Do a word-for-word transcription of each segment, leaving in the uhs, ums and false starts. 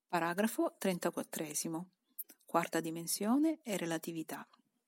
Paragrafo trentaquattresimo. Quarta dimensione e relatività.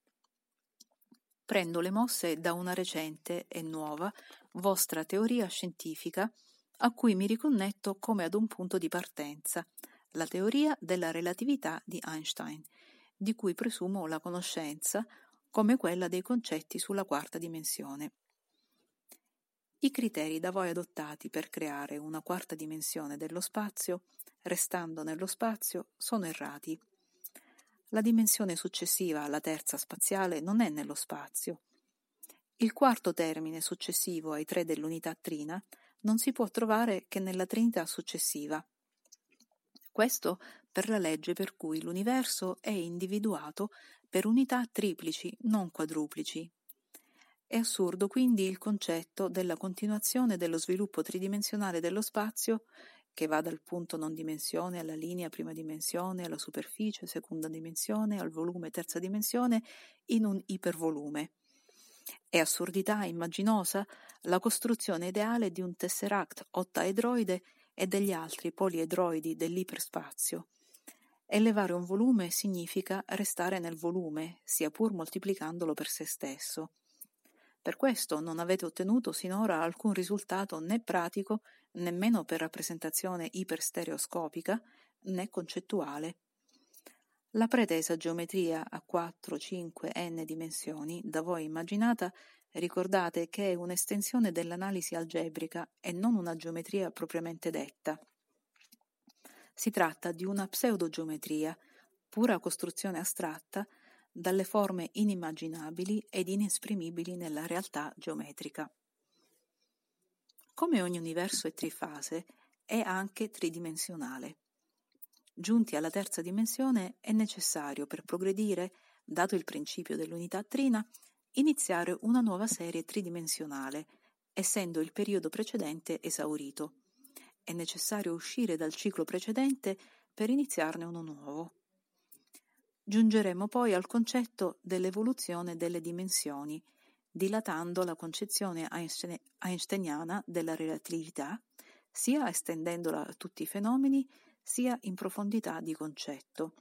Prendo le mosse da una recente e nuova vostra teoria scientifica a cui mi riconnetto come ad un punto di partenza, la teoria della relatività di Einstein, di cui presumo la conoscenza come quella dei concetti sulla quarta dimensione. I criteri da voi adottati per creare una quarta dimensione dello spazio, restando nello spazio, sono errati. La dimensione successiva alla terza spaziale non è nello spazio. Il quarto termine successivo ai tre dell'unità trina non si può trovare che nella trinità successiva. Questo per la legge per cui l'universo è individuato per unità triplici, non quadruplici. È assurdo quindi il concetto della continuazione dello sviluppo tridimensionale dello spazio, che va dal punto non dimensione alla linea prima dimensione, alla superficie seconda dimensione, al volume terza dimensione, in un ipervolume. È assurdità immaginosa la costruzione ideale di un tesseract ottaedroide e degli altri poliedroidi dell'iperspazio. Elevare un volume significa restare nel volume, sia pur moltiplicandolo per se stesso. Per questo non avete ottenuto sinora alcun risultato né pratico, nemmeno per rappresentazione iperstereoscopica, né concettuale. La pretesa geometria a quattro, cinque, n dimensioni, da voi immaginata, ricordate che è un'estensione dell'analisi algebrica e non una geometria propriamente detta. Si tratta di una pseudogeometria, pura costruzione astratta, dalle forme inimmaginabili ed inesprimibili nella realtà geometrica. Come ogni universo è trifase, è anche tridimensionale. Giunti alla terza dimensione è necessario, per progredire, dato il principio dell'unità trina, iniziare una nuova serie tridimensionale, essendo il periodo precedente esaurito. È necessario uscire dal ciclo precedente per iniziarne uno nuovo. Giungeremo poi al concetto dell'evoluzione delle dimensioni, dilatando la concezione einsteiniana della relatività, sia estendendola a tutti i fenomeni, sia in profondità di concetto.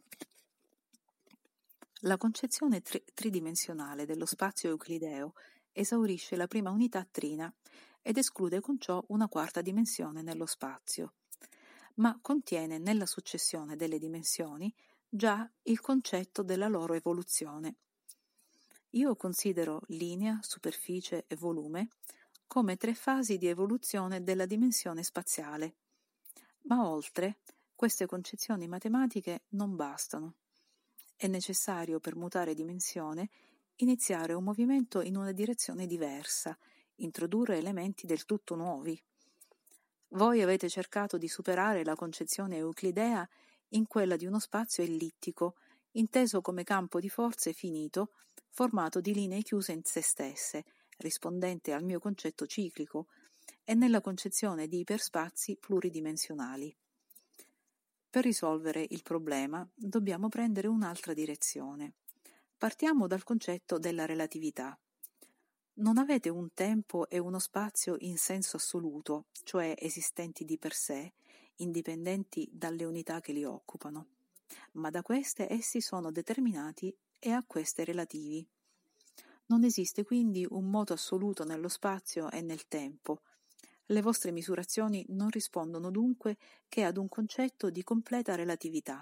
La concezione tri- tridimensionale dello spazio euclideo esaurisce la prima unità trina ed esclude con ciò una quarta dimensione nello spazio, ma contiene nella successione delle dimensioni già il concetto della loro evoluzione. Io considero linea, superficie e volume come tre fasi di evoluzione della dimensione spaziale, ma oltre queste concezioni matematiche non bastano. È necessario, per mutare dimensione, iniziare un movimento in una direzione diversa, introdurre elementi del tutto nuovi. Voi avete cercato di superare la concezione euclidea in quella di uno spazio ellittico, inteso come campo di forze finito, formato di linee chiuse in se stesse, rispondente al mio concetto ciclico, e nella concezione di iperspazi pluridimensionali. Per risolvere il problema dobbiamo prendere un'altra direzione. Partiamo dal concetto della relatività. Non avete un tempo e uno spazio in senso assoluto, cioè esistenti di per sé, indipendenti dalle unità che li occupano, ma da queste essi sono determinati e a queste relativi. Non esiste quindi un moto assoluto nello spazio e nel tempo. Le vostre misurazioni non rispondono dunque che ad un concetto di completa relatività.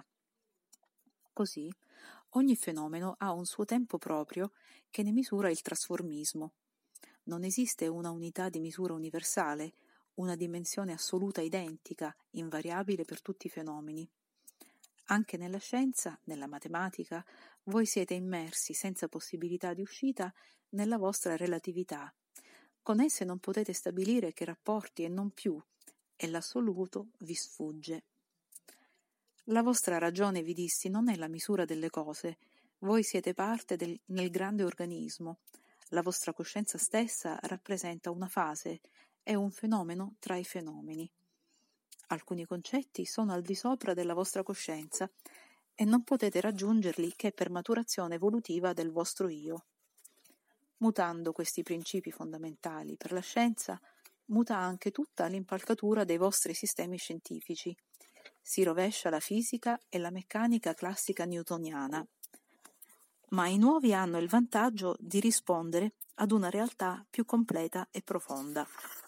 Così, ogni fenomeno ha un suo tempo proprio che ne misura il trasformismo. Non esiste una unità di misura universale, una dimensione assoluta identica, invariabile per tutti i fenomeni. Anche nella scienza, nella matematica, voi siete immersi senza possibilità di uscita nella vostra relatività. Con esse non potete stabilire che rapporti e non più, e l'assoluto vi sfugge. La vostra ragione, vi dissi, non è la misura delle cose. Voi siete parte del, nel grande organismo. La vostra coscienza stessa rappresenta una fase, è un fenomeno tra i fenomeni. Alcuni concetti sono al di sopra della vostra coscienza e non potete raggiungerli che per maturazione evolutiva del vostro io. Mutando questi principi fondamentali per la scienza, muta anche tutta l'impalcatura dei vostri sistemi scientifici. si rovescia la fisica e la meccanica classica newtoniana, ma i nuovi hanno il vantaggio di rispondere ad una realtà più completa e profonda.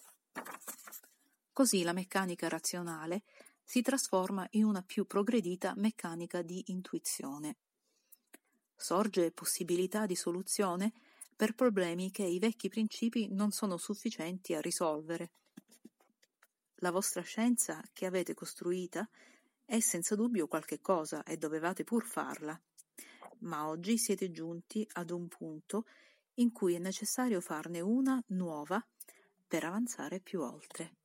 Così la meccanica razionale si trasforma in una più progredita meccanica di intuizione. Sorge possibilità di soluzione per problemi che i vecchi principi non sono sufficienti a risolvere. La vostra scienza che avete costruita è senza dubbio qualche cosa e dovevate pur farla, ma oggi siete giunti ad un punto in cui è necessario farne una nuova per avanzare più oltre.